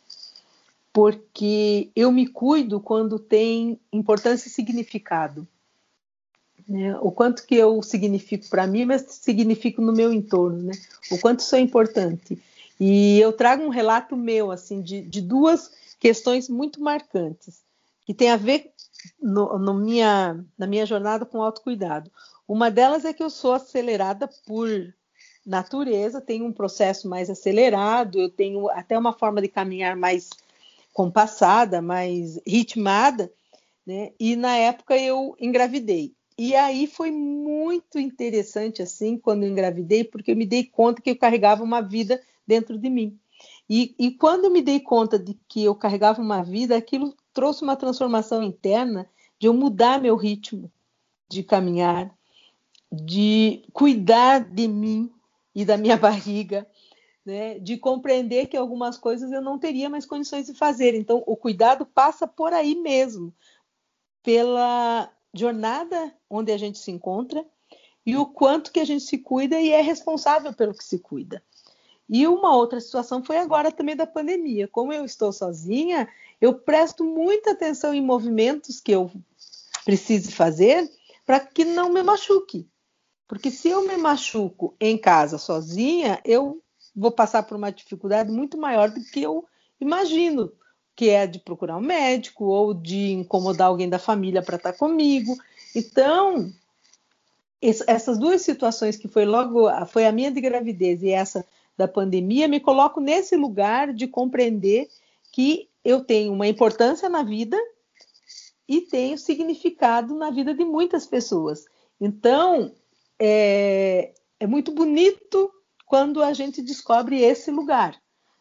Porque eu me cuido quando tem importância e significado, né? O quanto que eu significo para mim, mas significo no meu entorno, né? O quanto isso é importante. E eu trago um relato meu, assim, de, de duas questões muito marcantes, que tem a ver no, no minha, na minha jornada com autocuidado. Uma delas é que eu sou acelerada por natureza, tenho um processo mais acelerado, eu tenho até uma forma de caminhar mais compassada, mais ritmada, né? E na época eu engravidei. E aí foi muito interessante, assim, quando eu engravidei, porque eu me dei conta que eu carregava uma vida dentro de mim. E, e quando eu me dei conta de que eu carregava uma vida, aquilo trouxe uma transformação interna de eu mudar meu ritmo de caminhar, de cuidar de mim e da minha barriga, né? De compreender que algumas coisas eu não teria mais condições de fazer. Então, o cuidado passa por aí mesmo, pela jornada onde a gente se encontra e o quanto que a gente se cuida e é responsável pelo que se cuida. E uma outra situação foi agora também da pandemia. Como eu estou sozinha, eu presto muita atenção em movimentos que eu preciso fazer para que não me machuque. Porque se eu me machuco em casa sozinha, eu vou passar por uma dificuldade muito maior do que eu imagino, que é de procurar um médico ou de incomodar alguém da família para estar comigo. Então, essas duas situações que foi logo, foi a minha de gravidez e essa da pandemia, me coloco nesse lugar de compreender que eu tenho uma importância na vida e tenho significado na vida de muitas pessoas. Então, é, é muito bonito quando a gente descobre esse lugar,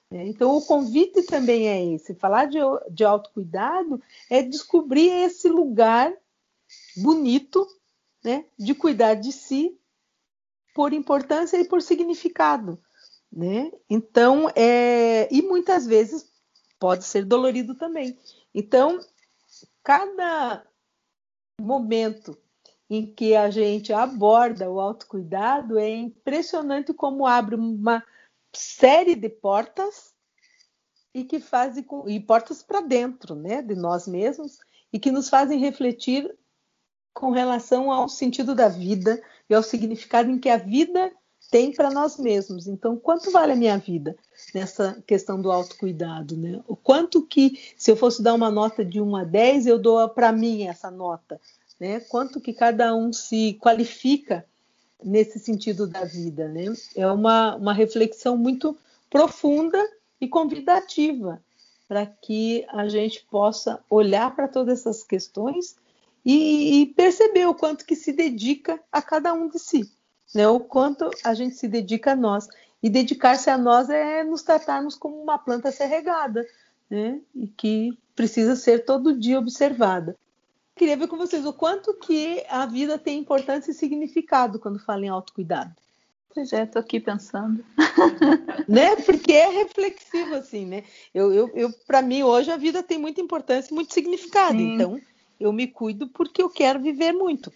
Então, o convite também é esse. Falar de, de autocuidado é descobrir esse lugar bonito, né, de cuidar de si por importância e por significado. Né? Então, é... e muitas vezes pode ser dolorido também. Então, cada momento em que a gente aborda o autocuidado é impressionante como abre uma série de portas e que fazem e portas para dentro, né, de nós mesmos e que nos fazem refletir com relação ao sentido da vida e ao significado em que a vida tem para nós mesmos. Então, quanto vale a minha vida nessa questão do autocuidado, né? O quanto que, se eu fosse dar uma nota de um a dez, eu dou para mim essa nota, né? Quanto que cada um se qualifica nesse sentido da vida, né? É uma, uma reflexão muito profunda e convidativa para que a gente possa olhar para todas essas questões e, e perceber o quanto que se dedica a cada um de si, né? O quanto a gente se dedica a nós. E dedicar-se a nós é nos tratarmos como uma planta a ser regada, né? E que precisa ser todo dia observada. Queria ver com vocês o quanto que a vida tem importância e significado quando fala em autocuidado. Pois é, estou aqui pensando. Né? Porque é reflexivo, assim, né? Eu, eu, eu, para mim, hoje a vida tem muita importância e muito significado. Sim. Então, eu me cuido porque eu quero viver muito.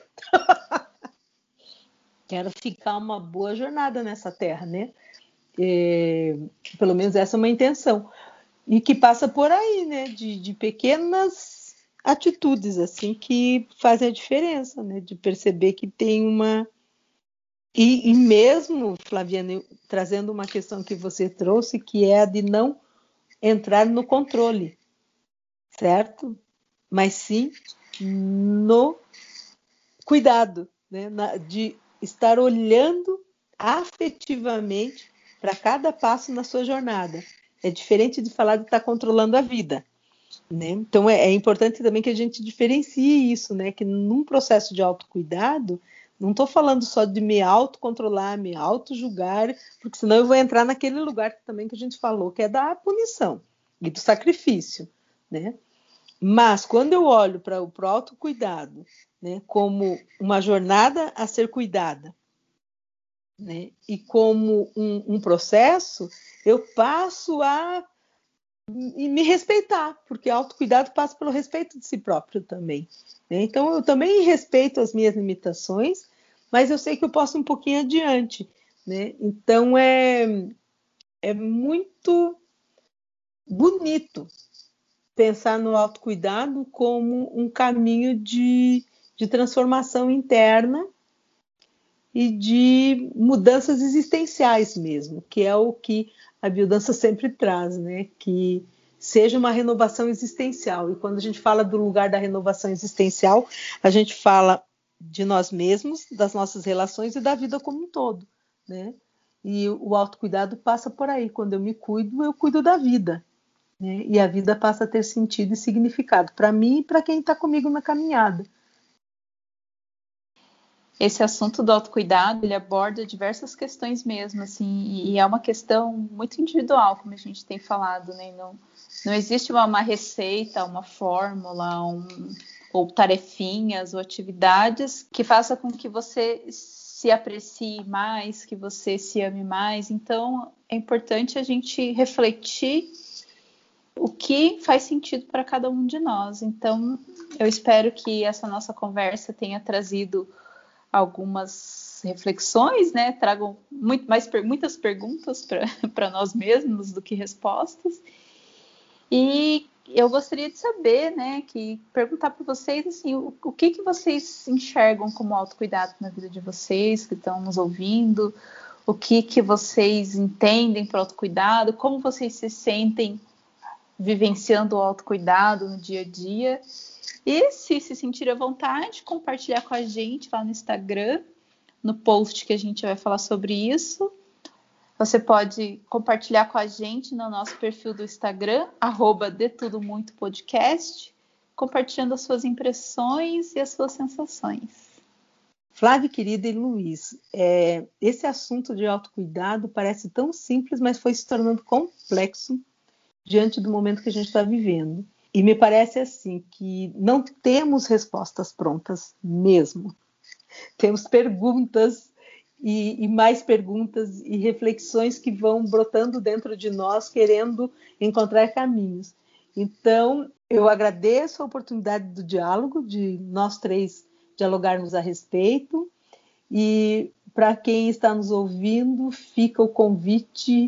Quero ficar uma boa jornada nessa terra, né? É, pelo menos essa é uma intenção. E que passa por aí, né? De, de pequenas atitudes, assim, que fazem a diferença, né? De perceber que tem uma... E, e mesmo, Flaviana, trazendo uma questão que você trouxe, que é a de não entrar no controle, certo? Mas sim no cuidado, né? Na, de estar olhando afetivamente para cada passo na sua jornada. É diferente de falar de estar controlando a vida, né? Então é, é importante também que a gente diferencie isso, né? Que num processo de autocuidado, não estou falando só de me autocontrolar, me autojulgar, porque senão eu vou entrar naquele lugar também que a gente falou, que é da punição e do sacrifício, né? Mas quando eu olho para o autocuidado, né, como uma jornada a ser cuidada, né, e como um, um processo, eu passo a me respeitar, porque autocuidado passa pelo respeito de si próprio também, né? Então eu também respeito as minhas limitações, mas eu sei que eu posso ir um pouquinho adiante, né? Então é, é muito bonito pensar no autocuidado como um caminho de, de transformação interna e de mudanças existenciais mesmo, que é o que a biodança sempre traz, né? Que seja uma renovação existencial. E quando a gente fala do lugar da renovação existencial, a gente fala de nós mesmos, das nossas relações e da vida como um todo, né? E o autocuidado passa por aí. Quando eu me cuido, eu cuido da vida, né? E a vida passa a ter sentido e significado para mim e para quem está comigo na caminhada. Esse assunto do autocuidado, ele aborda diversas questões mesmo, assim, e é uma questão muito individual, como a gente tem falado, né? Não, não existe uma, uma receita, uma fórmula, um, ou tarefinhas, ou atividades que faça com que você se aprecie mais, que você se ame mais. Então, é importante a gente refletir o que faz sentido para cada um de nós. Então, eu espero que essa nossa conversa tenha trazido algumas reflexões, né? Tragam muito, mais, muitas perguntas para nós mesmos do que respostas. E eu gostaria de saber, né? Que perguntar para vocês assim, o, o que, que vocês enxergam como autocuidado na vida de vocês, que estão nos ouvindo, o que, que vocês entendem por autocuidado, como vocês se sentem vivenciando o autocuidado no dia a dia. E se se sentir à vontade, compartilhar com a gente lá no Instagram, no post que a gente vai falar sobre isso. Você pode compartilhar com a gente no nosso perfil do Instagram, arroba de tudo muito podcast, compartilhando as suas impressões e as suas sensações. Flávia, querida, e Luiz, é, esse assunto de autocuidado parece tão simples, mas foi se tornando complexo diante do momento que a gente está vivendo. E me parece assim que não temos respostas prontas mesmo. Temos perguntas e, e mais perguntas e reflexões que vão brotando dentro de nós, querendo encontrar caminhos. Então, eu agradeço a oportunidade do diálogo, de nós três dialogarmos a respeito. E para quem está nos ouvindo, fica o convite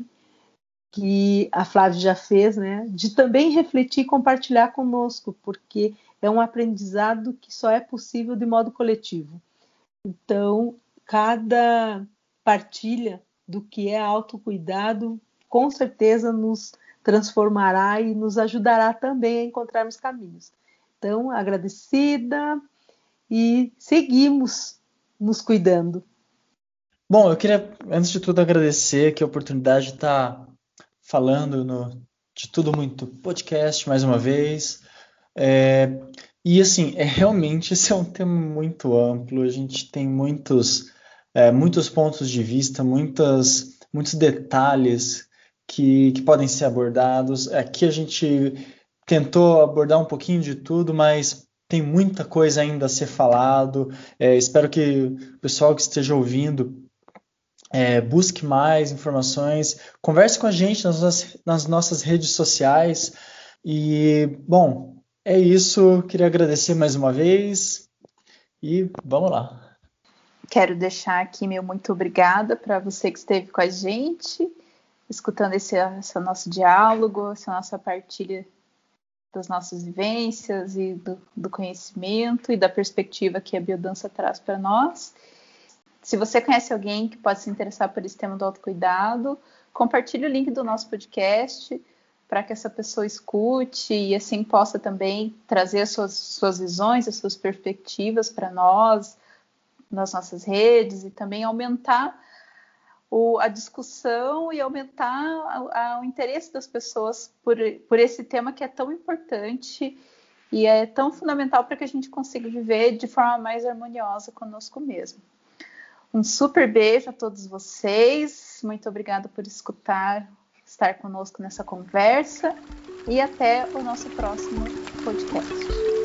que a Flávia já fez, né, de também refletir e compartilhar conosco, porque é um aprendizado que só é possível de modo coletivo. Então, cada partilha do que é autocuidado, com certeza nos transformará e nos ajudará também a encontrarmos caminhos. Então, agradecida e seguimos nos cuidando. Bom, eu queria, antes de tudo, agradecer aqui a oportunidade de estar falando no, de Tudo Muito Podcast mais uma vez. É, e assim, é realmente esse é um tema muito amplo, a gente tem muitos, é, muitos pontos de vista, muitas, muitos detalhes que, que podem ser abordados. Aqui a gente tentou abordar um pouquinho de tudo, mas tem muita coisa ainda a ser falado. É, espero que o pessoal que esteja ouvindo É, busque mais informações, converse com a gente nas nossas, nas nossas redes sociais. E, bom, é isso. Queria agradecer mais uma vez e vamos lá. Quero deixar aqui meu muito obrigada para você que esteve com a gente, escutando esse, esse nosso diálogo, essa nossa partilha das nossas vivências e do, do conhecimento e da perspectiva que a biodança traz para nós. Se você conhece alguém que pode se interessar por esse tema do autocuidado, compartilhe o link do nosso podcast para que essa pessoa escute e assim possa também trazer as suas, suas visões, as suas perspectivas para nós, nas nossas redes, e também aumentar o, a discussão e aumentar a, a, o interesse das pessoas por, por esse tema que é tão importante e é tão fundamental para que a gente consiga viver de forma mais harmoniosa conosco mesmo. Um super beijo a todos vocês, muito obrigada por escutar, estar conosco nessa conversa e até o nosso próximo podcast.